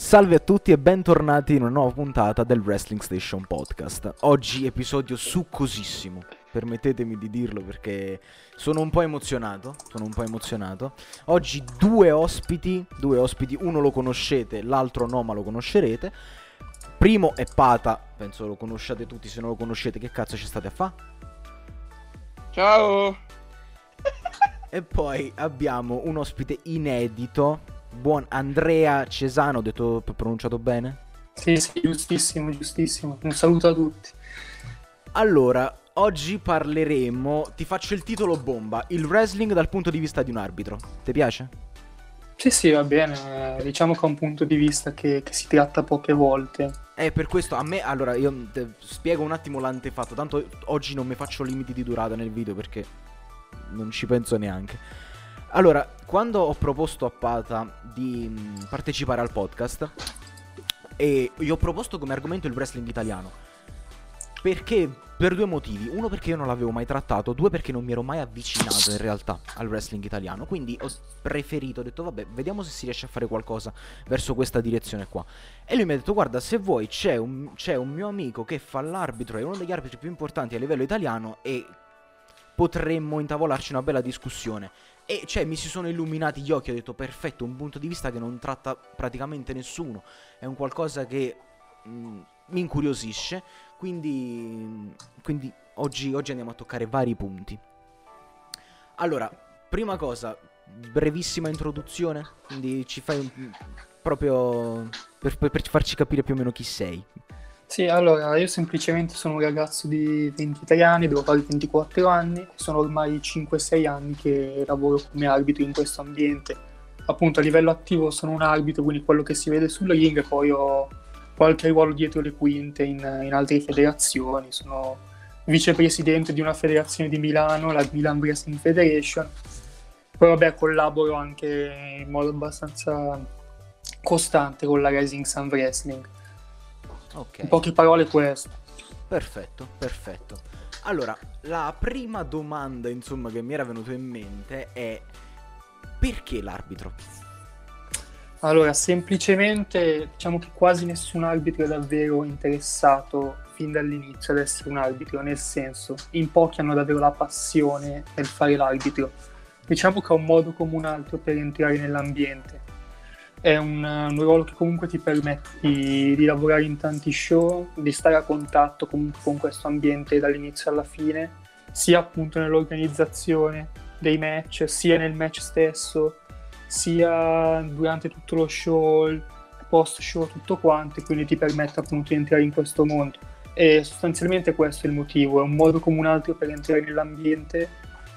Salve a tutti e bentornati in una nuova puntata del Wrestling Station Podcast. Oggi episodio succosissimo, permettetemi di dirlo perché sono un po' emozionato. Oggi due ospiti, uno lo conoscete, l'altro no ma lo conoscerete. Primo è Pata, penso lo conosciate tutti, se non lo conoscete che cazzo ci state a fa'? Ciao! E poi abbiamo un ospite inedito, buon Andrea Cesano, ho detto pronunciato bene? Sì, giustissimo. Un saluto a tutti. Allora, oggi parleremo, ti faccio il titolo bomba, il wrestling dal punto di vista di un arbitro. Ti piace? Sì, va bene. Diciamo che è un punto di vista che si tratta poche volte. Per questo a me, allora io spiego un attimo l'antefatto, tanto oggi non mi faccio limiti di durata nel video perché non ci penso neanche. Allora, quando ho proposto a Pata di partecipare al podcast, e gli ho proposto come argomento il wrestling italiano, perché per due motivi. Uno, perché io non l'avevo mai trattato. Due, perché non mi ero mai avvicinato in realtà al wrestling italiano. Quindi ho preferito, ho detto vabbè, vediamo se si riesce a fare qualcosa verso questa direzione qua. E lui mi ha detto guarda, se vuoi c'è un mio amico che fa l'arbitro, è uno degli arbitri più importanti a livello italiano e potremmo intavolarci una bella discussione. E cioè mi si sono illuminati gli occhi, ho detto perfetto, un punto di vista che non tratta praticamente nessuno. È un qualcosa che mi incuriosisce. Quindi oggi andiamo a toccare vari punti. Allora, prima cosa, brevissima introduzione. Quindi ci fai proprio per farci capire più o meno chi sei. Sì, allora, io semplicemente sono un ragazzo di 23 anni, devo fare 24 anni, sono ormai 5-6 anni che lavoro come arbitro in questo ambiente. Appunto, a livello attivo sono un arbitro, quindi quello che si vede sul ring, e poi ho qualche ruolo dietro le quinte in altre federazioni. Sono vicepresidente di una federazione di Milano, la Milan Wrestling Federation. Poi vabbè, collaboro anche in modo abbastanza costante con la Rising Sun Wrestling. Ok. In poche parole questo. Perfetto. Allora, la prima domanda, insomma, che mi era venuta in mente è: perché l'arbitro? Allora, semplicemente diciamo che quasi nessun arbitro è davvero interessato fin dall'inizio ad essere un arbitro, nel senso, in pochi hanno davvero la passione nel fare l'arbitro. Diciamo che è un modo come un altro per entrare nell'ambiente. È un ruolo che comunque ti permette di lavorare in tanti show, di stare a contatto comunque con questo ambiente dall'inizio alla fine, sia appunto nell'organizzazione dei match, sia nel match stesso, sia durante tutto lo show, post show, tutto quanto, e quindi ti permette appunto di entrare in questo mondo. E sostanzialmente questo è il motivo, è un modo come un altro per entrare nell'ambiente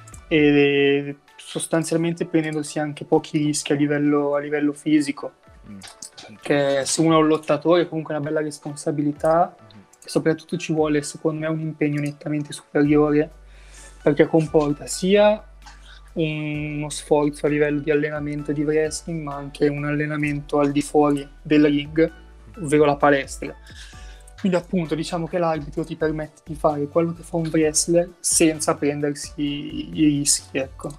e sostanzialmente prendendosi anche pochi rischi a livello fisico, perché se uno è un lottatore comunque è una bella responsabilità e soprattutto ci vuole secondo me un impegno nettamente superiore, perché comporta sia uno sforzo a livello di allenamento di wrestling, ma anche un allenamento al di fuori del ring, ovvero la palestra. Quindi appunto diciamo che l'arbitro ti permette di fare quello che fa un wrestler senza prendersi i rischi, ecco.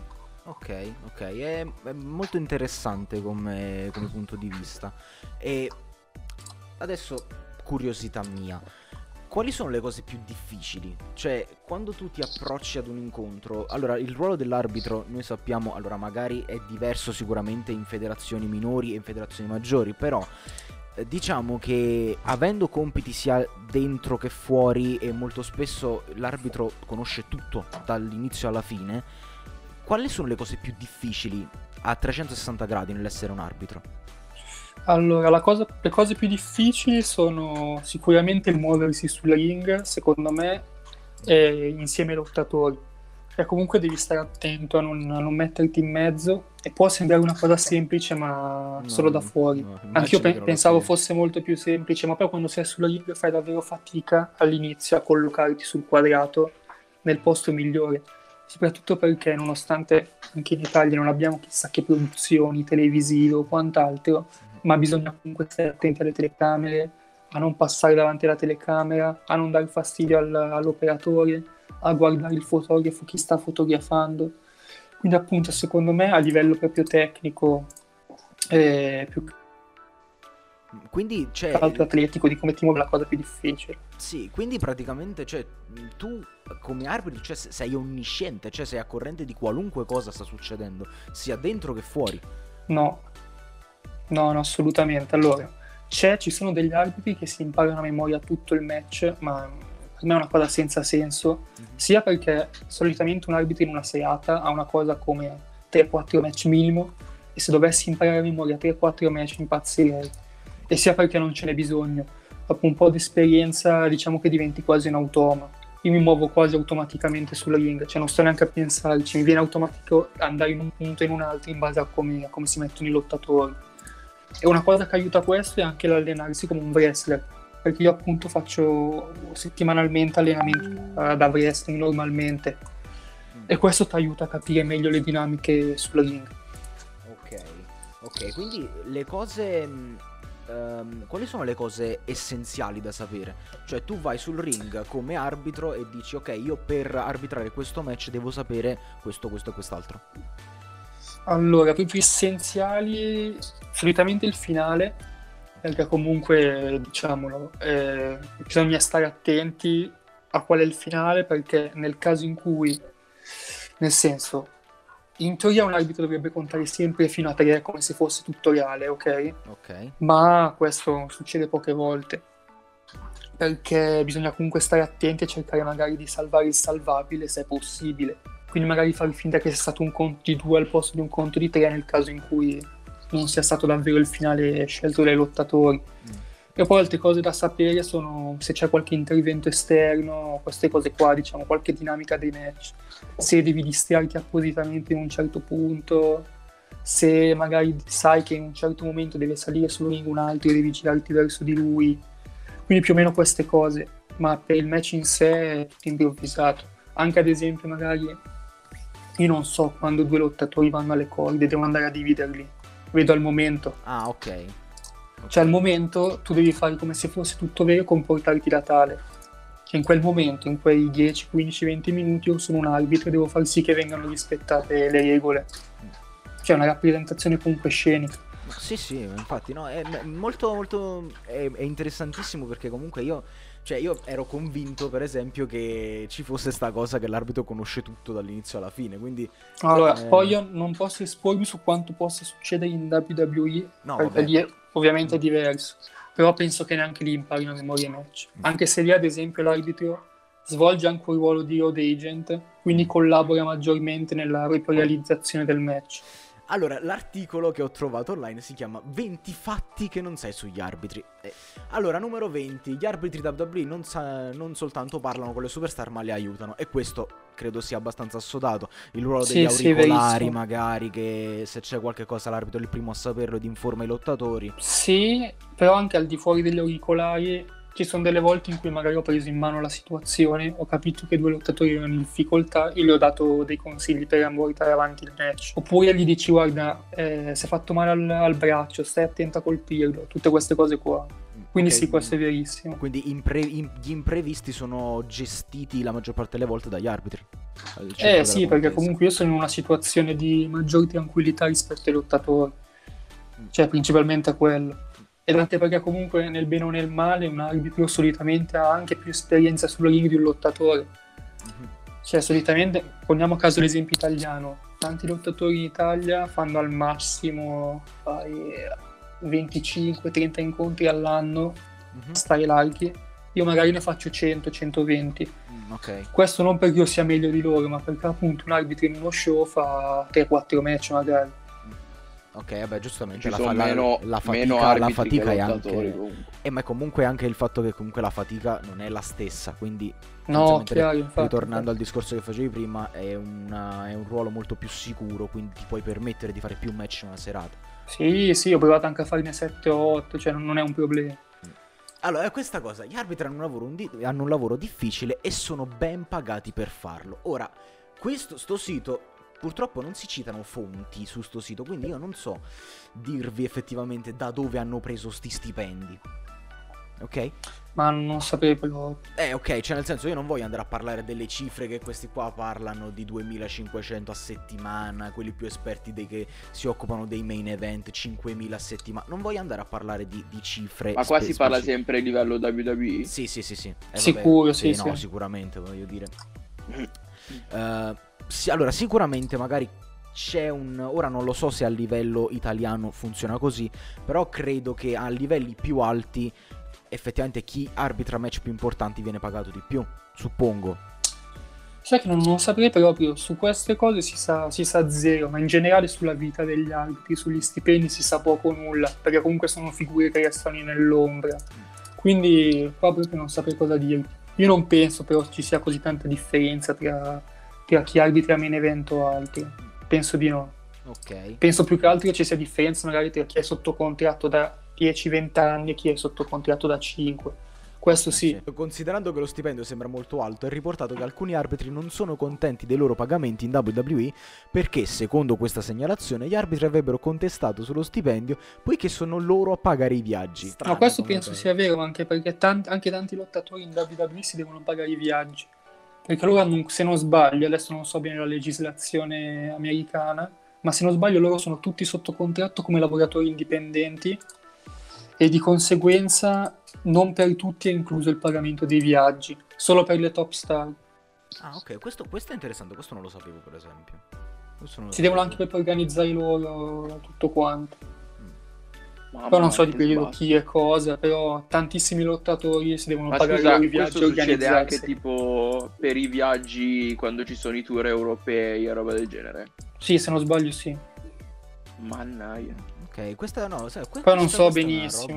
Ok, è molto interessante come punto di vista. E adesso, curiosità mia, quali sono le cose più difficili? Cioè, quando tu ti approcci ad un incontro, allora il ruolo dell'arbitro, noi sappiamo, allora magari è diverso sicuramente in federazioni minori e in federazioni maggiori, però diciamo che avendo compiti sia dentro che fuori e molto spesso l'arbitro conosce tutto dall'inizio alla fine, quali sono le cose più difficili a 360 gradi nell'essere un arbitro? Allora, le cose più difficili sono sicuramente il muoversi sul ring, secondo me, insieme ai lottatori. E comunque devi stare attento a non metterti in mezzo, e può sembrare una cosa semplice, ma solo da fuori. Anch'io pensavo fosse molto più semplice, ma poi quando sei sul ring fai davvero fatica all'inizio a collocarti sul quadrato nel posto migliore. Soprattutto perché nonostante anche in Italia non abbiamo chissà che produzioni televisive o quant'altro, ma bisogna comunque stare attenti alle telecamere, a non passare davanti alla telecamera, a non dare fastidio all'operatore, a guardare il fotografo, chi sta fotografando. Quindi appunto secondo me a livello proprio tecnico più Quindi c'è... L'altro atletico, di come ti muovi, la cosa più difficile. Sì, quindi praticamente, cioè, tu come arbitro, cioè, sei onnisciente, cioè sei a corrente di qualunque cosa sta succedendo, sia dentro che fuori. No, no, assolutamente. Allora, ci sono degli arbitri che si imparano a memoria tutto il match, ma per me è una cosa senza senso, sia perché solitamente un arbitro in una serata ha una cosa come 3-4 match minimo, e se dovessi imparare a memoria 3-4 match impazzirei, e sia perché non ce n'è bisogno. Dopo un po' di esperienza, diciamo che diventi quasi un automa. Io mi muovo quasi automaticamente sul ring, cioè non sto neanche a pensarci, mi viene automatico andare in un punto e in un altro in base a come si mettono i lottatori. E una cosa che aiuta questo è anche l'allenarsi come un wrestler, perché io appunto faccio settimanalmente allenamenti da wrestling normalmente, e questo ti aiuta a capire meglio le dinamiche sul ring. Ok, quindi le cose... quali sono le cose essenziali da sapere? Cioè tu vai sul ring come arbitro e dici ok, io per arbitrare questo match devo sapere questo e quest'altro. Allora, proprio essenziali, solitamente il finale, perché comunque, diciamolo, bisogna stare attenti a qual è il finale, perché nel caso in cui, nel senso, in teoria un arbitro dovrebbe contare sempre fino a 3 come se fosse tutto reale, ok? Ok. Ma questo succede poche volte, perché bisogna comunque stare attenti e cercare magari di salvare il salvabile se è possibile. Quindi magari far finta che sia stato un conto di 2 al posto di un conto di 3 nel caso in cui non sia stato davvero il finale scelto dai lottatori. E poi altre cose da sapere sono se c'è qualche intervento esterno, queste cose qua, diciamo, qualche dinamica dei match, se devi distrarti appositamente in un certo punto, se magari sai che in un certo momento deve salire sul ring un altro e devi girarti verso di lui. Quindi più o meno queste cose, ma per il match in sé è tutto improvvisato. Anche ad esempio magari io non so quando 2 lottatori vanno alle corde, devo andare a dividerli, vedo al momento. Ah, ok. Cioè al momento tu devi fare come se fosse tutto vero e comportarti da tale. Cioè in quel momento, in quei 10, 15, 20 minuti io sono un arbitro e devo far sì che vengano rispettate le regole. Cioè una rappresentazione comunque scenica. Sì, infatti, no, è molto è interessantissimo, perché comunque io ero convinto, per esempio, che ci fosse sta cosa che l'arbitro conosce tutto dall'inizio alla fine, quindi... Allora, poi io non posso espormi su quanto possa succedere in WWE, No, perché vabbè. lì ovviamente è diverso, però penso che neanche lì imparino a memoria match. Anche se lì, ad esempio, l'arbitro svolge anche un ruolo di road agent, quindi collabora maggiormente nella realizzazione del match. Allora, l'articolo che ho trovato online si chiama 20 fatti che non sai sugli arbitri. Allora, numero 20, gli arbitri WWE non soltanto parlano con le superstar, ma le aiutano. E questo credo sia abbastanza assodato. Il ruolo degli auricolari, magari, che se c'è qualche cosa l'arbitro è il primo a saperlo ed informa i lottatori. Sì, però anche al di fuori degli auricolari ci sono delle volte in cui magari ho preso in mano la situazione, ho capito che 2 lottatori erano in difficoltà e gli ho dato dei consigli per portare avanti il match. Oppure gli dici guarda, si è fatto male al braccio, stai attento a colpirlo, tutte queste cose qua. Quindi okay, sì, questo è verissimo. Quindi gli imprevisti sono gestiti la maggior parte delle volte dagli arbitri. Sì, perché comunque io sono in una situazione di maggior tranquillità rispetto ai lottatori. Cioè principalmente a quello. Ed anche perché comunque nel bene o nel male un arbitro solitamente ha anche più esperienza sul ring di un lottatore. Cioè solitamente, poniamo a caso l'esempio italiano, tanti lottatori in Italia fanno al massimo 25-30 incontri all'anno, stare larghi. Io magari ne faccio 100-120. Okay. Questo non perché io sia meglio di loro, ma perché appunto un arbitro in uno show fa 3-4 match magari. Ok, vabbè, giustamente la fatica è anche... ma comunque anche il fatto che comunque la fatica non è la stessa, quindi no, chiaro, infatti, ritornando al discorso che facevi prima, è un ruolo molto più sicuro, quindi ti puoi permettere di fare più match in una serata. Sì, ho provato anche a farne 7-8, cioè non è un problema. Allora, è questa cosa, gli arbitri hanno un lavoro difficile e sono ben pagati per farlo. Ora, sto sito... Purtroppo non si citano fonti su sto sito, quindi io non so dirvi effettivamente da dove hanno preso sti stipendi. ok? Ma non saprei però. Ok, cioè nel senso io non voglio andare a parlare delle cifre che questi qua parlano di 2500 a settimana, quelli più esperti che si occupano dei main event, 5000 a settimana. Non voglio andare a parlare di cifre. Ma qua si parla sempre a livello WWE? Sì. Sicuro, vabbè, sì. No, sicuramente, voglio dire. Allora, sicuramente magari c'è ora non lo so se a livello italiano funziona così, però credo che a livelli più alti effettivamente chi arbitra match più importanti viene pagato di più, suppongo. Sai che non saprei proprio, su queste cose si sa zero, ma in generale sulla vita degli arbitri, sugli stipendi si sa poco o nulla, perché comunque sono figure che restano nell'ombra. Quindi qua proprio non saprei cosa dirti. Io non penso però ci sia così tanta differenza tra chi arbitra main event o altri. Penso di no. Ok. Penso più che altro che ci sia differenza magari tra chi è sotto contratto da 10-20 anni e chi è sotto contratto da 5. Questo sì. Considerando che lo stipendio sembra molto alto, è riportato che alcuni arbitri non sono contenti dei loro pagamenti in WWE perché, secondo questa segnalazione, gli arbitri avrebbero contestato sullo stipendio poiché sono loro a pagare i viaggi. Strano, questo penso sia vero, anche perché anche tanti lottatori in WWE si devono pagare i viaggi. Perché loro hanno, se non sbaglio, adesso non so bene la legislazione americana, ma se non sbaglio loro sono tutti sotto contratto come lavoratori indipendenti e di conseguenza non per tutti è incluso il pagamento dei viaggi, solo per le top star. Ah, ok, questo è interessante, questo non lo sapevo, per esempio. Si devono anche proprio organizzare loro tutto quanto. Mamma, però non so di periodo chi e cosa, però tantissimi lottatori si devono pagare i loro viaggi e organizzarsi. Succede anche tipo per i viaggi quando ci sono i tour europei e roba del genere? Sì, se non sbaglio sì. Mannaia. Ok, questa no, poi non so benissimo.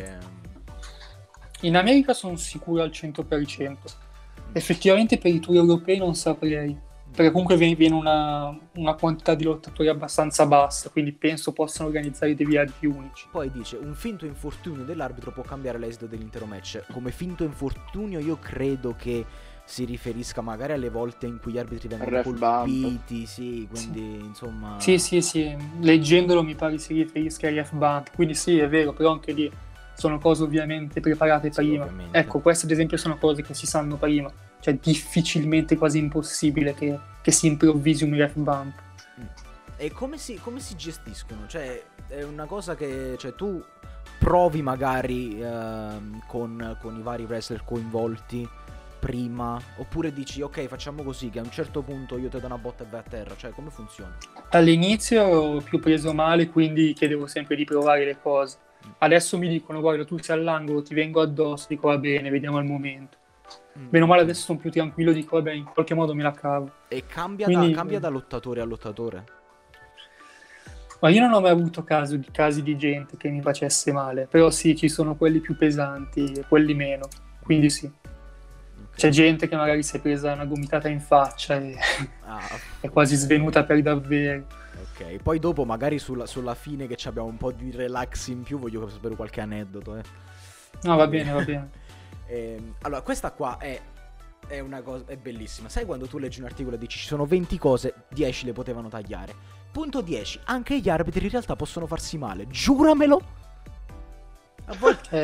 In America sono sicuro al 100%. Effettivamente per i tour europei non saprei, perché comunque viene una quantità di lottatori abbastanza bassa, quindi penso possano organizzare dei viaggi unici. Poi dice, un finto infortunio dell'arbitro può cambiare l'esito dell'intero match. Come finto infortunio io credo che si riferisca magari alle volte in cui gli arbitri vengono colpiti, sì, quindi insomma... Sì, leggendolo mi pare si riferisca ai ref bump, quindi sì, è vero, però anche lì sono cose ovviamente preparate prima. Ovviamente. Ecco, queste ad esempio sono cose che si sanno prima, cioè difficilmente quasi impossibile che si improvvisi un ref bump. E come si gestiscono? Cioè è una cosa che tu provi magari con i vari wrestler coinvolti prima, oppure dici ok facciamo così che a un certo punto io ti do una botta e vai a terra, cioè come funziona? All'inizio ero più preso male, quindi chiedevo sempre di provare le cose. Adesso mi dicono guarda tu sei all'angolo, ti vengo addosso, dico va bene, vediamo al momento. Meno male adesso sono più tranquillo, dico vabbè in qualche modo me la cavo. E cambia da lottatore a lottatore? Ma io non ho mai avuto casi di gente che mi facesse male, però sì, ci sono quelli più pesanti e quelli meno, quindi sì. C'è gente che magari si è presa una gomitata in faccia e è quasi svenuta per davvero. Ok, poi dopo magari sulla fine che abbiamo un po' di relax in più voglio sapere qualche aneddoto. No, va bene. Allora, questa qua è una cosa, è bellissima. Sai quando tu leggi un articolo e dici ci sono 20 cose, 10 le potevano tagliare. Punto 10, anche gli arbitri in realtà possono farsi male, giuramelo! A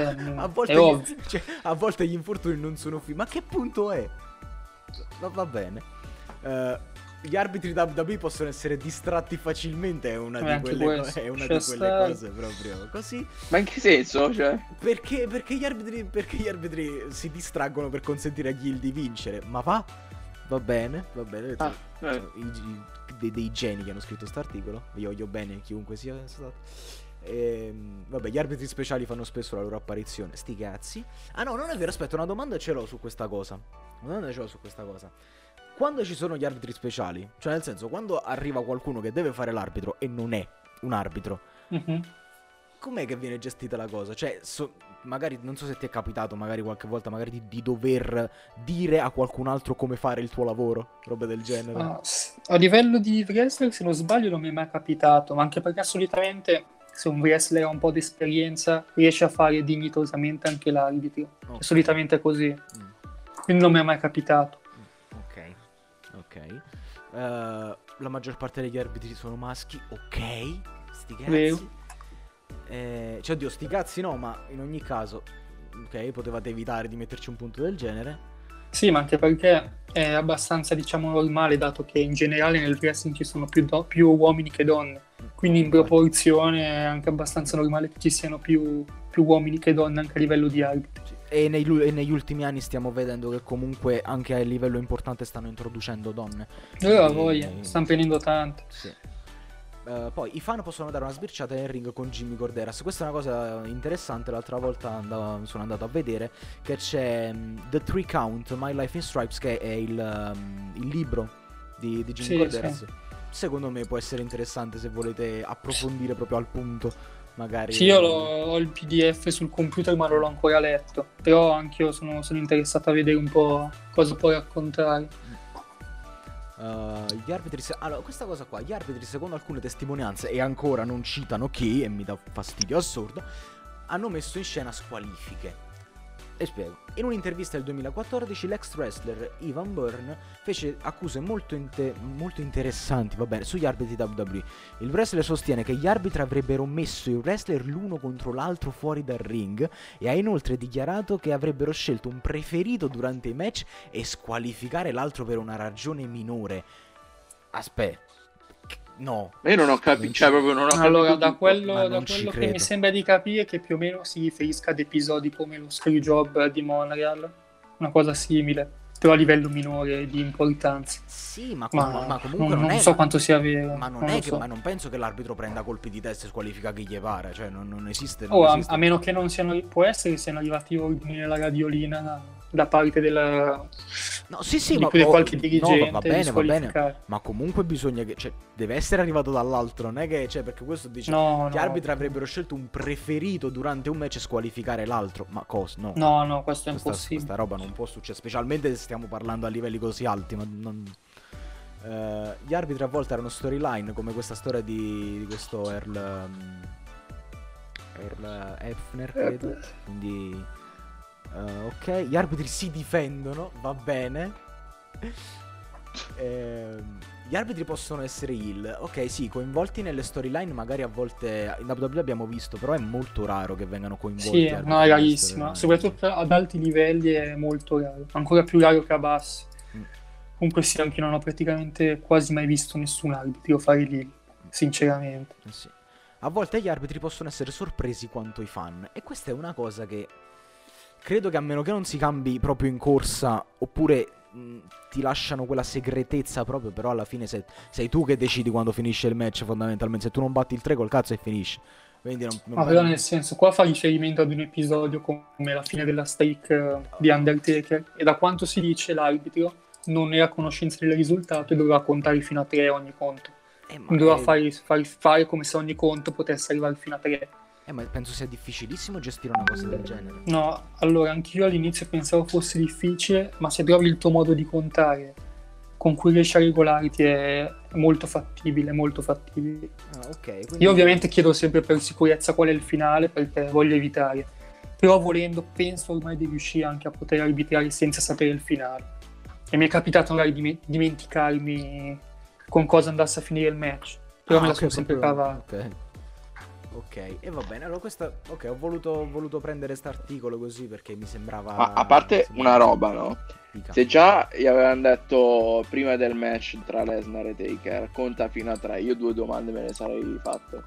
volte gli infortuni non sono ma che punto è? Va bene. Gli arbitri WWE possono essere distratti facilmente, è una di quelle cose proprio così. Ma in che senso? Cioè? Perché gli arbitri si distraggono per consentire agli heel di vincere. Ma va bene. Dei geni che hanno scritto st'articolo. Io voglio bene chiunque sia stato. Vabbè, gli arbitri speciali fanno spesso la loro apparizione. Sti cazzi. Ah no, non è vero, aspetta, una domanda ce l'ho su questa cosa. Quando ci sono gli arbitri speciali, cioè nel senso, quando arriva qualcuno che deve fare l'arbitro e non è un arbitro, com'è che viene gestita la cosa? Cioè, magari, non so se ti è capitato, magari qualche volta, magari di dover dire a qualcun altro come fare il tuo lavoro, robe del genere. A livello di wrestler, se non sbaglio, non mi è mai capitato, ma anche perché solitamente se un wrestler ha un po' di esperienza riesce a fare dignitosamente anche l'arbitro. Okay. Solitamente è così. Quindi non mi è mai capitato. Ok. La maggior parte degli arbitri sono maschi. Ok. Sti cazzi. Vero. Cioè oddio, sti cazzi no, ma in ogni caso ok, potevate evitare di metterci un punto del genere. Sì, ma anche perché è abbastanza, diciamo, normale, dato che in generale nel wrestling ci sono più uomini che donne. Quindi in Infatti. proporzione è anche abbastanza normale che ci siano più uomini che donne anche a livello di arbitri. Sì. E negli ultimi anni stiamo vedendo che comunque anche a livello importante stanno introducendo donne. Allora Quindi- voi stanno prendendo tanto. Sì. Poi i fan possono dare una sbirciata nel ring con Jimmy Corderas. Questa è una cosa interessante. L'altra volta sono andato a vedere che c'è The Three Count, My Life in Stripes, che è il libro di Jimmy Sì, Corderas. sì. Secondo me può essere interessante se volete approfondire proprio al punto. Magari Sì, io ho il PDF sul computer ma non l'ho ancora letto, però anch'io sono interessato a vedere un po' cosa può raccontare. Gli arbitri allora, questa cosa qua, gli arbitri secondo alcune testimonianze, e ancora non citano chi, e mi dà fastidio assurdo, hanno messo in scena squalifiche. E spiego. In un'intervista del 2014 l'ex wrestler Ivan Byrne fece accuse molto interessanti, va bene, sugli arbitri WWE. Il wrestler sostiene che gli arbitri avrebbero messo i wrestler l'uno contro l'altro fuori dal ring e ha inoltre dichiarato che avrebbero scelto un preferito durante i match e squalificare l'altro per una ragione minore. Aspetta. No. Ma io non ho capito, cioè proprio non ho Allora, capito da tutto. quello che mi sembra di capire che più o meno si riferisca ad episodi come lo Screwjob di Montreal, una cosa simile, però a livello minore di importanza. Sì, ma Ma comunque non è, so quanto sia vero. ma non non è lo che, so. ma non penso che l'arbitro prenda colpi di testa e squalifica chi gli pare, cioè non esiste. Non Oh, esiste. a meno che non siano, può essere che siano arrivati ordini nella radiolina da parte della, No, sì, di ma qualche no, dirigente va di bene, squalificare. ma comunque bisogna che, cioè, deve essere arrivato dall'altro, non è che, cioè, perché questo dice No, gli no. arbitri avrebbero scelto un preferito durante un match e squalificare l'altro, ma cosa? No. No, questo è Questa impossibile. roba non può succedere, specialmente se stiamo parlando a livelli così alti, ma non... gli arbitri a volte erano storyline, come questa storia di questo Earl Hebner, credo. Quindi ok, gli arbitri si difendono, va bene. Gli arbitri possono essere heel, ok, sì, coinvolti nelle storyline, magari a volte in WWE abbiamo visto, però è molto raro che vengano coinvolti. Sì, arbitri no, è nelle rarissima, storyline. soprattutto ad alti livelli è molto raro, ancora più raro che a bassi. Mm. Comunque sì, anche non ho praticamente quasi mai visto nessun arbitro fare lì, sinceramente. Sì. A volte gli arbitri possono essere sorpresi quanto i fan, e questa è una cosa che credo che, a meno che non si cambi proprio in corsa, oppure ti lasciano quella segretezza proprio, però alla fine sei tu che decidi quando finisce il match, fondamentalmente. Se tu non batti il 3 col cazzo e finisce. Quindi Ma però nel senso, qua fa riferimento ad un episodio come la fine della streak di Undertaker, e da quanto si dice l'arbitro non era a conoscenza del risultato e doveva contare fino a 3 ogni conto. ma Doveva fare come se ogni conto potesse arrivare fino a 3. ma penso sia difficilissimo gestire una cosa del genere. No, allora anch'io all'inizio pensavo fosse difficile, ma se trovi il tuo modo di contare con cui riesci a regolarti è molto fattibile, molto fattibile. Ok, quindi... Io ovviamente chiedo sempre per sicurezza qual è il finale, perché voglio evitare, però volendo penso ormai di riuscire anche a poter arbitrare senza sapere il finale. E mi è capitato magari di dimenticarmi con cosa andasse a finire il match, però me la sono sempre cavata. Ok, e va bene. Allora ho voluto prendere quest'articolo così perché mi sembrava... Ma a parte una roba, no? Dica. Se già gli avevano detto prima del match tra Lesnar e Taker, conta fino a 3, io 2 domande me ne sarei fatte.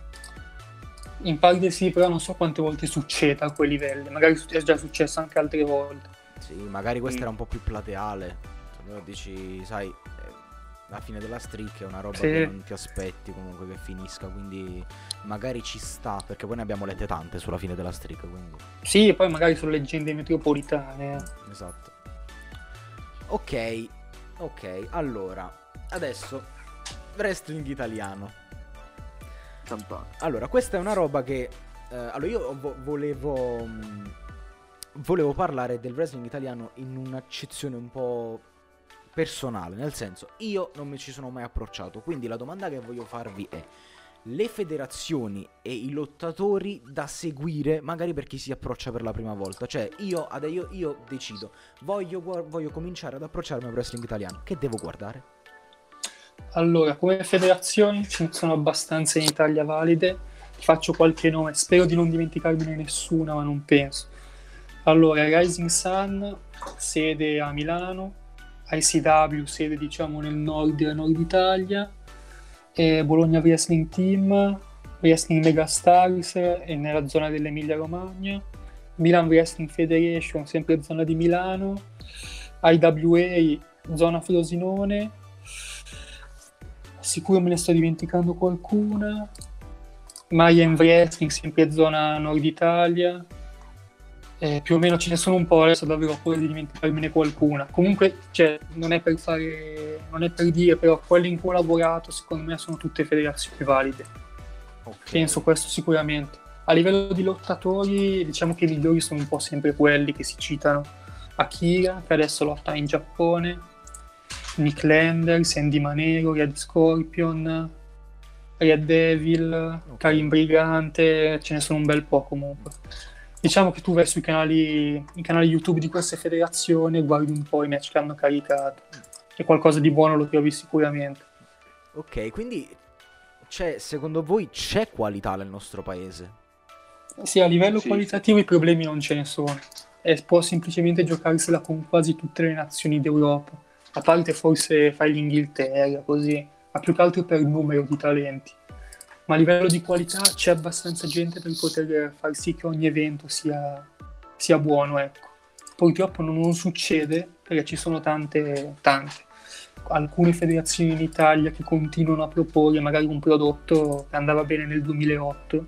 In parte sì, però non so quante volte succeda a quei livelli, magari è già successo anche altre volte. Sì, magari questa era un po' più plateale. Però dici, sai, la fine della streak è una roba Sì. che non ti aspetti comunque che finisca, quindi magari ci sta, perché poi ne abbiamo lette tante sulla fine della streak, quindi... Sì, e poi magari sono leggende metropolitane. Esatto. Ok, allora, adesso wrestling italiano. Allora, questa è una roba che... allora, io volevo parlare del wrestling italiano in un'accezione un po' personale, nel senso, io non mi ci sono mai approcciato, quindi la domanda che voglio farvi è: le federazioni e i lottatori da seguire, magari per chi si approccia per la prima volta, cioè io decido, voglio cominciare ad approcciarmi al wrestling italiano, che devo guardare? Allora, come federazioni ce ne sono abbastanza in Italia valide. Ti faccio qualche nome, spero di non dimenticarmene nessuna, ma non penso. Allora, Rising Sun, sede a Milano, ICW, sede diciamo nel nord Italia, e Bologna Wrestling Team, Wrestling Megastars e nella zona dell'Emilia Romagna, Milan Wrestling Federation, sempre zona di Milano, IWA, zona Frosinone, sicuro me ne sto dimenticando qualcuna, Mayhem Wrestling, sempre zona Nord Italia, più o meno ce ne sono un po', adesso davvero ho paura di dimenticarmene qualcuna. Comunque, cioè, non è per dire, però quelle in cui ho lavorato secondo me sono tutte federazioni valide. Ok. Penso questo sicuramente. A livello di lottatori, diciamo che i migliori sono un po' sempre quelli che si citano. Akira, che adesso lotta in Giappone, Nick Lander, Sandy Manero, Red Scorpion, Red Devil, Karim Brigante, ce ne sono un bel po' comunque. Diciamo che tu vai sui canali YouTube di queste federazioni e guardi un po' i match che hanno caricato e qualcosa di buono lo trovi sicuramente. Ok, quindi secondo voi c'è qualità nel nostro paese? Sì, a livello Sì. qualitativo i problemi non ce ne sono. E può semplicemente giocarsela con quasi tutte le nazioni d'Europa. A parte forse fai l'Inghilterra, così, ma più che altro per il numero di talenti. Ma a livello di qualità c'è abbastanza gente per poter far sì che ogni evento sia buono, ecco. Purtroppo non succede perché ci sono tante. Alcune federazioni in Italia che continuano a proporre magari un prodotto che andava bene nel 2008,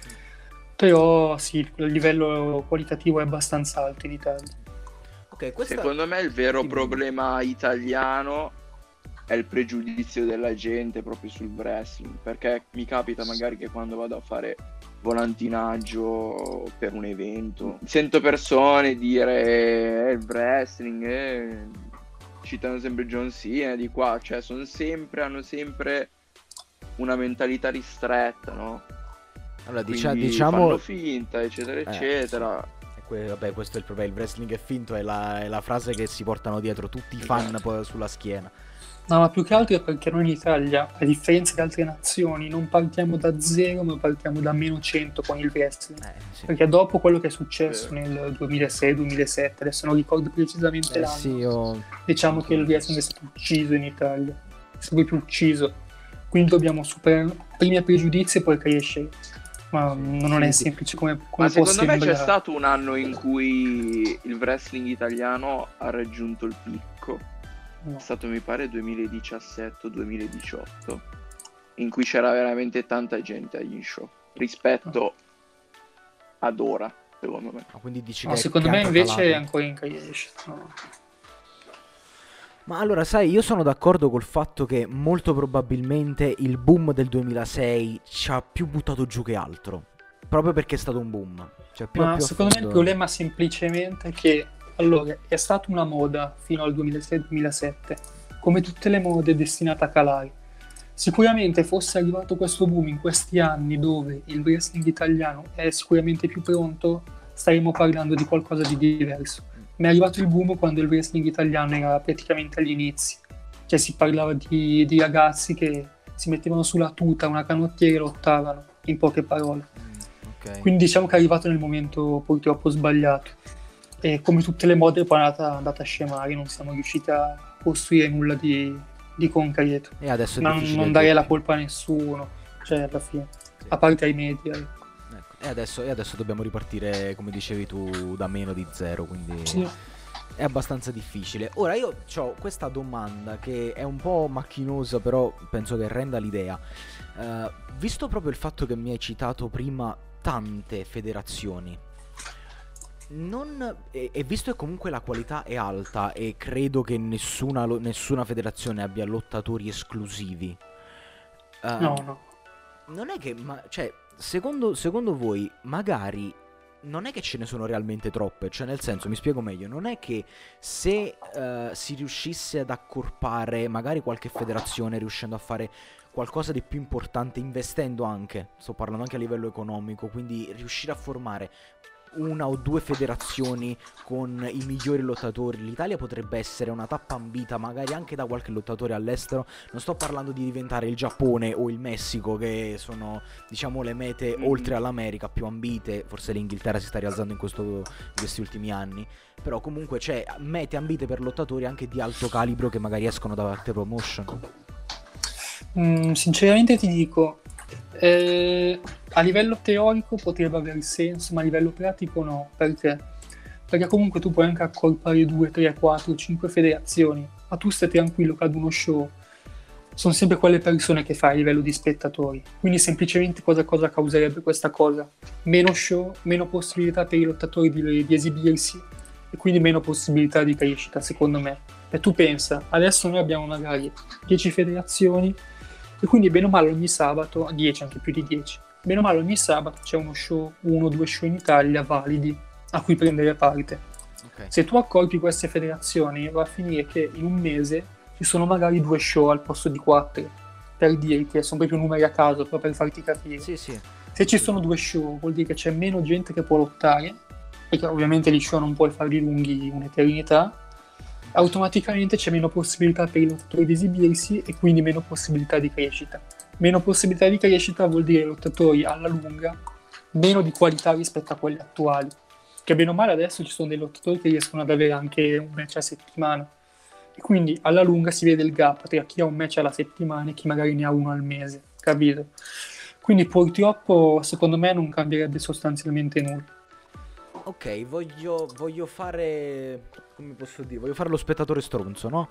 però sì, il livello qualitativo è abbastanza alto in Italia. Ok, questa... Secondo me il vero Dimmi. problema italiano è il pregiudizio della gente proprio sul wrestling, perché mi capita magari che quando vado a fare volantinaggio per un evento sento persone dire il wrestling, citano sempre John Cena di qua, cioè hanno sempre una mentalità ristretta, no? Allora, Quindi diciamo... fanno finta, eccetera, eccetera. Vabbè, questo è il problema, il wrestling è finto, è la frase che si portano dietro tutti i fan poi sulla schiena. No, ma più che altro è perché noi in Italia, a differenza di altre nazioni, non partiamo da zero, ma partiamo da meno 100 con il wrestling. Sì. Perché dopo quello che è successo nel 2006-2007, adesso non ricordo precisamente l'anno, diciamo che il wrestling è stato ucciso in Italia, è stato più ucciso. Quindi dobbiamo superare prima i pregiudizi e poi crescere. Ma non è semplice come ma può secondo me sembrare. c'è stato un anno in cui il wrestling italiano ha raggiunto il picco. No. È stato mi pare 2017-2018, in cui c'era veramente tanta gente agli show rispetto ad ora, secondo me. Quindi dici No, che secondo me anche invece calato. è ancora in crescita. No. Ma allora, sai, io sono d'accordo col fatto che molto probabilmente il boom del 2006 ci ha più buttato giù che altro, proprio perché è stato un boom. Cioè, Ma secondo me il problema semplicemente è che allora è stata una moda fino al 2006-2007, come tutte le mode destinate a calare. Sicuramente fosse arrivato questo boom in questi anni dove il wrestling italiano è sicuramente più pronto, staremmo parlando di qualcosa di diverso. Ma è arrivato il boom quando il wrestling italiano era praticamente agli inizi. Cioè si parlava di ragazzi che si mettevano sulla tuta, una canottiera e lottavano, in poche parole. Okay. Quindi diciamo che è arrivato nel momento purtroppo sbagliato. E come tutte le mode poi è andata a scemare, non siamo riusciti a costruire nulla di concreto. E adesso è Ma difficile non darei la dirlo. colpa a nessuno, cioè alla fine, Sì. a parte ai media. Ecco. E adesso dobbiamo ripartire, come dicevi tu, da meno di zero, quindi Sì. è abbastanza difficile. Ora io ho questa domanda che è un po' macchinosa, però penso che renda l'idea. Visto proprio il fatto che mi hai citato prima tante federazioni, e visto che comunque la qualità è alta e credo che nessuna federazione abbia lottatori esclusivi, No. non è che, cioè, secondo voi, magari non è che ce ne sono realmente troppe, cioè nel senso, mi spiego meglio, non è che se si riuscisse ad accorpare magari qualche federazione riuscendo a fare qualcosa di più importante, investendo anche, sto parlando anche a livello economico, quindi riuscire a formare una o due federazioni con i migliori lottatori. L'Italia potrebbe essere una tappa ambita magari anche da qualche lottatore all'estero. Non sto parlando di diventare il Giappone o il Messico, che sono, diciamo, le mete oltre all'America più ambite. Forse l'Inghilterra si sta rialzando in questi ultimi anni, però comunque c'è mete ambite per lottatori anche di alto calibro che magari escono da altre promotion. Sinceramente ti dico, a livello teorico potrebbe avere senso, ma a livello pratico no. Perché? Perché comunque tu puoi anche accorpare 2, 3, 4, 5 federazioni, ma tu stai tranquillo che ad uno show sono sempre quelle persone che fai a livello di spettatori. Quindi semplicemente cosa causerebbe questa cosa? Meno show, meno possibilità per i lottatori di esibirsi e quindi meno possibilità di crescita, secondo me. E tu pensa, adesso noi abbiamo magari 10 federazioni e quindi bene o male ogni sabato, 10, anche più di 10, bene o male ogni sabato c'è uno o due show in Italia validi a cui prendere parte. Okay. Se tu accorpi queste federazioni va a finire che in un mese ci sono magari 2 show al posto di 4, per dirti, sono proprio numeri a caso, proprio per farti capire. Sì. Se ci sono 2 show vuol dire che c'è meno gente che può lottare, perché ovviamente gli show non puoi farli lunghi un'eternità, automaticamente c'è meno possibilità per i lottatori di esibirsi e quindi meno possibilità di crescita. Meno possibilità di crescita vuol dire lottatori alla lunga meno di qualità rispetto a quelli attuali, che bene o male adesso ci sono dei lottatori che riescono ad avere anche un match a settimana e quindi alla lunga si vede il gap tra chi ha un match alla settimana e chi magari ne ha uno al mese, capito? Quindi purtroppo secondo me non cambierebbe sostanzialmente nulla. Ok, voglio fare, come posso dire, voglio fare lo spettatore stronzo, no?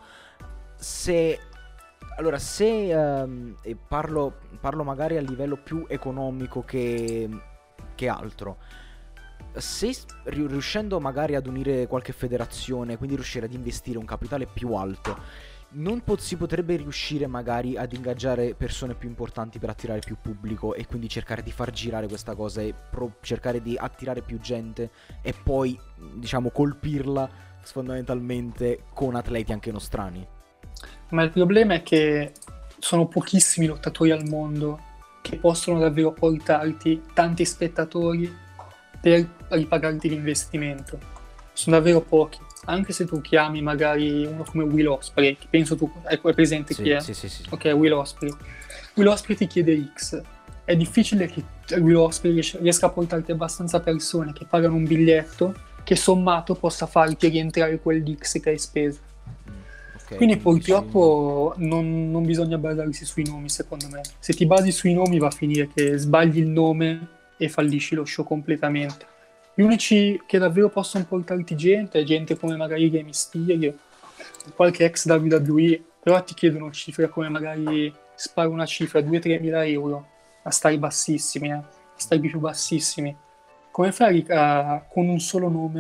E parlo magari a livello più economico che altro. Se riuscendo magari ad unire qualche federazione, quindi riuscire ad investire un capitale più alto, si potrebbe riuscire magari ad ingaggiare persone più importanti per attirare più pubblico e quindi cercare di far girare questa cosa e cercare di attirare più gente e poi, diciamo, colpirla fondamentalmente con atleti anche nostrani. Ma il problema è che sono pochissimi lottatori al mondo che possono davvero portarti tanti spettatori per ripagarti l'investimento. Sono davvero pochi. Anche se tu chiami magari uno come Will Ospreay, che penso tu è presente chi è? Sì. Ok, Will Ospreay. Will Ospreay ti chiede X. È difficile che Will Ospreay riesca a portarti abbastanza persone che pagano un biglietto che sommato possa farti rientrare quel X che hai speso. Okay, quindi purtroppo non bisogna basarsi sui nomi, secondo me. Se ti basi sui nomi va a finire che sbagli il nome e fallisci lo show completamente. Gli unici che davvero possono portarti gente come magari Rey Mysterio, qualche ex WWE, però ti chiedono cifre come magari sparo una cifra 2-3 mila euro a stare bassissimi, a stare più bassissimi. Come fai con un solo nome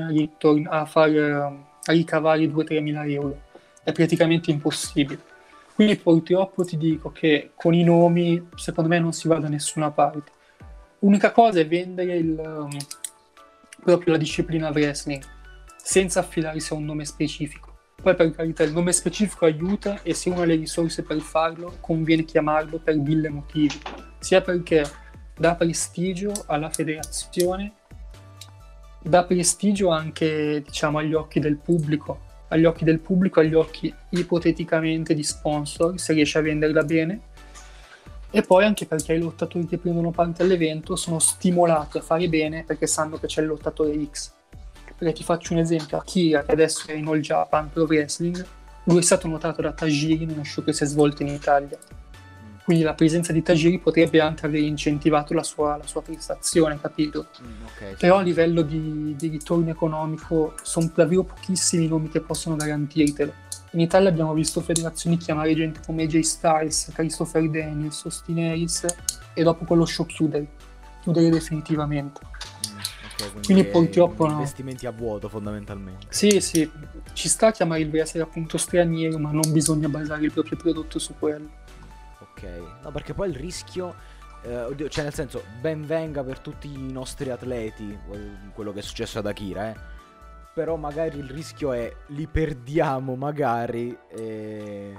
a ricavare 2-3 mila euro? È praticamente impossibile. Quindi purtroppo ti dico che con i nomi secondo me non si va da nessuna parte. L'unica cosa è vendere proprio la disciplina wrestling senza affidarsi a un nome specifico. Poi per carità il nome specifico aiuta e se uno ha le risorse per farlo conviene chiamarlo per 1000 motivi, sia perché dà prestigio alla federazione, dà prestigio anche, diciamo, agli occhi del pubblico, agli occhi ipoteticamente di sponsor, se riesce a venderla bene, e poi anche perché i lottatori che prendono parte all'evento sono stimolati a fare bene perché sanno che c'è il lottatore X. Perché ti faccio un esempio: Akira, che adesso è in All Japan Pro Wrestling, lui è stato notato da Tajiri in uno show che si è svolto in Italia, quindi la presenza di Tajiri potrebbe anche aver incentivato la sua prestazione, capito? Okay, però a livello di ritorno economico sono davvero pochissimi i nomi che possono garantirtelo. In Italia abbiamo visto federazioni chiamare gente come AJ Styles, Christopher Daniels, Austin Harris e dopo quello show chiudere definitivamente. Quindi purtroppo investimenti a vuoto fondamentalmente. Sì, ci sta a chiamare il wrestler appunto straniero, ma non bisogna basare il proprio prodotto su quello. Ok, no, perché poi il rischio, cioè nel senso, ben venga per tutti i nostri atleti quello che è successo ad Akira, però magari il rischio è li perdiamo magari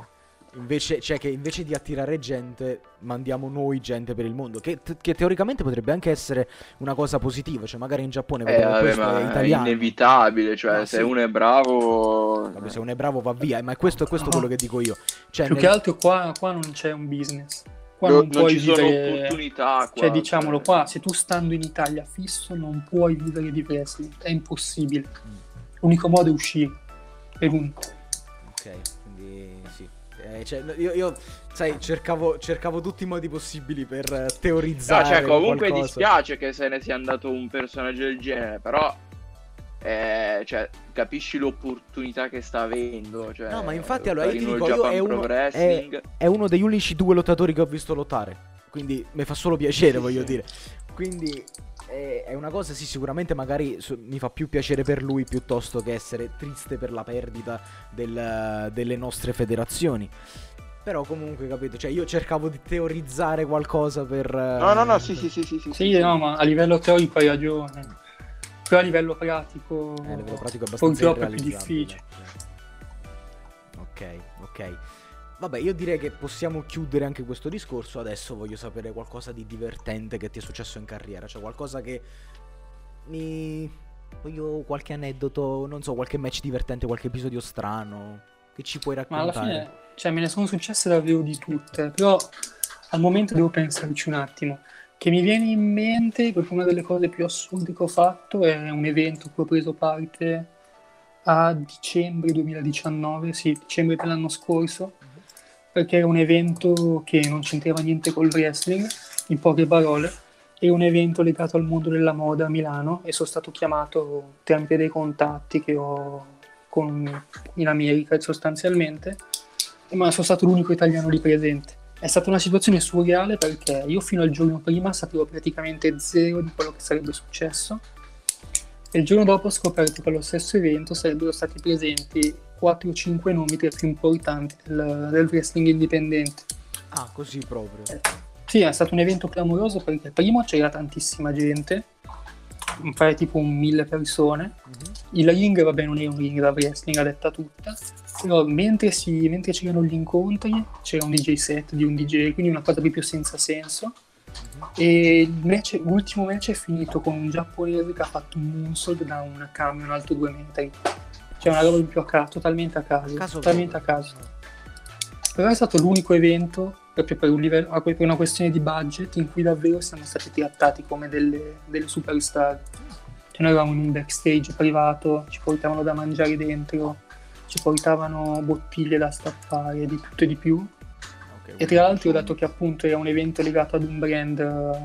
Invece, cioè che invece di attirare gente, mandiamo noi gente per il mondo, che teoricamente potrebbe anche essere una cosa positiva, cioè magari in Giappone vedono vabbè, questo è ma è italiano. inevitabile, cioè No, se sì. uno è bravo... Vabbè, se uno è bravo va via, ma è questo No. quello che dico io. Cioè, Più che altro qua non c'è un business. Qua non non puoi ci sono vivere... opportunità qua. Cioè, diciamolo, qua, se tu stando in Italia fisso non puoi vivere di wrestling, è impossibile. L'unico modo è uscire, è l'unico. Ok, quindi sì. Cioè, io sai, cercavo tutti i modi possibili per No, teorizzare cioè comunque qualcosa. dispiace che se ne sia andato un personaggio del genere, però cioè, capisci l'opportunità che sta avendo, cioè, No, ma infatti allora io ti Ocarina dico, of io Japan Pro Wrestling. è uno degli unici 2 lottatori che ho visto lottare, quindi mi fa solo piacere, Sì, voglio sì. dire. Quindi è una cosa, sì, sicuramente magari mi fa più piacere per lui piuttosto che essere triste per la perdita delle nostre federazioni. Però comunque, capito, cioè io cercavo di teorizzare qualcosa per... No, sì. Sì, no, ma a livello teorico hai ragione. Però a livello pratico, A livello pratico è abbastanza purtroppo è più irrealizzabile. difficile. Ok. Vabbè, io direi che possiamo chiudere anche questo discorso. Adesso voglio sapere qualcosa di divertente che ti è successo in carriera. Cioè qualcosa che voglio qualche aneddoto, non so, qualche match divertente, qualche episodio strano che ci puoi Ma alla raccontare. fine, cioè, me ne sono successe davvero di tutte, però al momento devo pensarci un attimo. Che mi viene in mente, perché una delle cose più assurde che ho fatto è un evento cui ho preso parte a dicembre 2019, sì, dicembre dell'anno scorso, perché era un evento che non c'entrava niente col wrestling, in poche parole, è un evento legato al mondo della moda a Milano e sono stato chiamato tramite dei contatti che ho in America sostanzialmente, ma sono stato l'unico italiano lì presente. È stata una situazione surreale perché io fino al giorno prima sapevo praticamente zero di quello che sarebbe successo e il giorno dopo ho scoperto che allo stesso evento sarebbero stati presenti 4 o 5 nomi tra i più importanti del wrestling indipendente. Ah, così proprio. Sì, è stato un evento clamoroso perché primo c'era tantissima gente, un paio tipo 1000 persone. Il ring, vabbè, non è un ring da wrestling a detta tutta, però mentre c'erano gli incontri c'era un DJ set di un DJ, quindi una cosa più senza senso. E l'ultimo match è finito con un giapponese che ha fatto un moonsault da un camion alto 2 metri. Cioè una roba più totalmente a caso. Però è stato l'unico evento proprio per una questione di budget in cui davvero siamo stati trattati come delle superstar. Cioè noi eravamo in un backstage privato, ci portavano da mangiare dentro, ci portavano bottiglie da stappare, di tutto e di più. E tra l'altro, dato che appunto era un evento legato ad un brand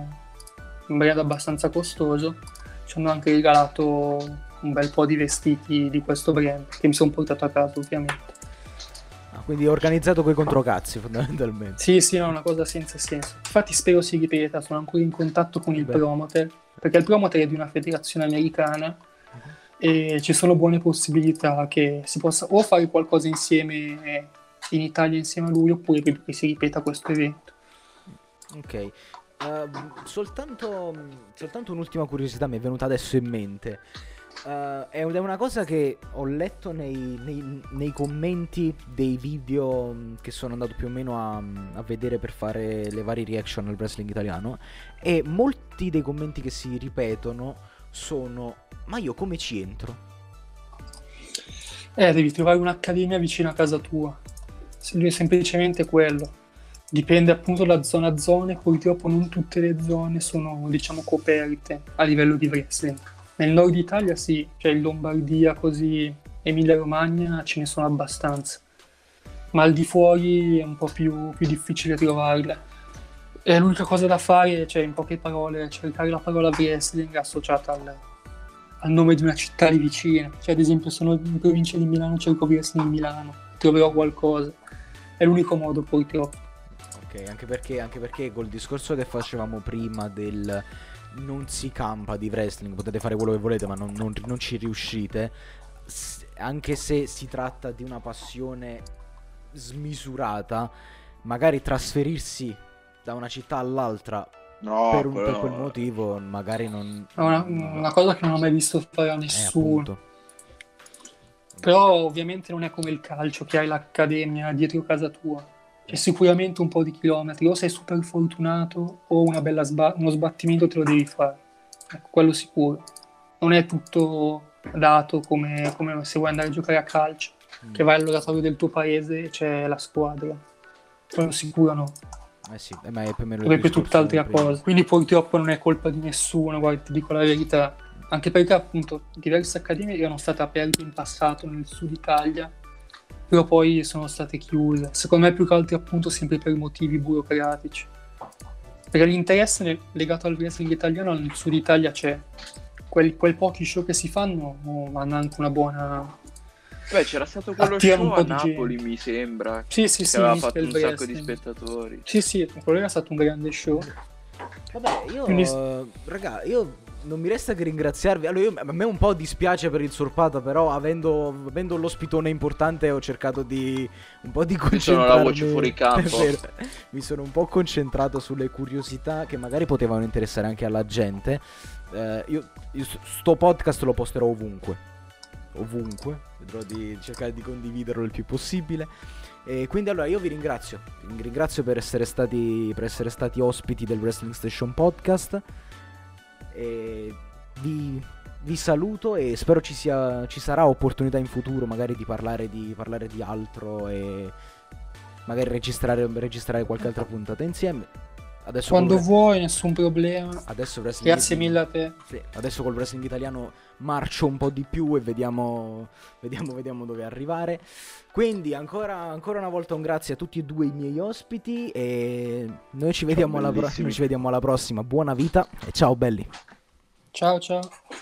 abbastanza costoso, ci hanno anche regalato un bel po' di vestiti di questo brand che mi sono portato a casa ovviamente. Quindi organizzato coi controcazzi fondamentalmente. Sì, no, una cosa senza senso. Infatti spero si ripeta, sono ancora in contatto con il promoter, perché il promoter è di una federazione americana e ci sono buone possibilità che si possa o fare qualcosa insieme in Italia insieme a lui oppure che si ripeta questo evento. Ok. Soltanto un'ultima curiosità mi è venuta adesso in mente. È una cosa che ho letto nei commenti dei video che sono andato più o meno a vedere per fare le varie reaction al wrestling italiano, e molti dei commenti che si ripetono sono: ma io come ci entro? Devi trovare un'accademia vicino a casa tua, semplicemente quello. Dipende appunto da zona a zona e purtroppo non tutte le zone sono, diciamo, coperte a livello di wrestling. Nel nord Italia sì, cioè in Lombardia, così, Emilia Romagna ce ne sono abbastanza, ma al di fuori è un po' più difficile trovarle. E l'unica cosa da fare, cioè in poche parole, cercare la parola wrestling associata al nome di una città lì vicina. Cioè ad esempio sono in provincia di Milano, cerco wrestling Milano, troverò qualcosa. È l'unico modo purtroppo. Ok, anche perché col discorso che facevamo prima del non si campa di wrestling, potete fare quello che volete ma non ci riuscite, anche se si tratta di una passione smisurata, magari trasferirsi da una città all'altra per quel motivo magari non... Una cosa che non ho mai visto fare a nessuno. Però ovviamente non è come il calcio che hai l'accademia dietro casa tua. c'è sicuramente un po' di chilometri, o sei super fortunato o uno sbattimento te lo devi fare. Ecco, quello sicuro. Non è tutto dato come se vuoi andare a giocare a calcio, che vai all'oratorio del tuo paese e c'è la squadra. Quello sicuro no. Sì, ma è più o meno il Sarebbe discorso tutt'altra prima. cosa. Quindi purtroppo non è colpa di nessuno, guarda, ti dico la verità. Anche perché appunto diverse accademie erano state aperte in passato nel sud Italia, però poi sono state chiuse. Secondo me più che altro appunto sempre per motivi burocratici. Perché l'interesse legato al wrestling italiano nel sud Italia c'è. Quei pochi show che si fanno hanno anche una buona... Beh, c'era stato quello attirano show un po' a di Napoli, gente. mi sembra. Sì, Che aveva fatto il un sacco di wrestling. spettatori. Sì, quello era stato un grande show. Vabbè, io, Quindi- raga, io non mi resta che ringraziarvi. Allora, a me un po' dispiace per il Sorpata, però avendo l'ospitone importante ho cercato di un po' di sono concentrarmi. la voce fuori campo. È vero. Mi sono un po' concentrato sulle curiosità che magari potevano interessare anche alla gente. Io sto podcast lo posterò ovunque. Vedrò di cercare di condividerlo il più possibile. E quindi allora io vi ringrazio per essere stati ospiti del Wrestling Station Podcast. E vi saluto e spero ci sarà opportunità in futuro magari di parlare di altro e magari registrare qualche altra puntata insieme. Adesso Quando vuoi, nessun problema. Adesso wrestling Grazie mille a te. sì, adesso col wrestling italiano marcio un po' di più e vediamo dove arrivare. Quindi ancora una volta un grazie a tutti e due i miei ospiti e noi ci vediamo alla prossima. Buona vita e ciao belli. Ciao.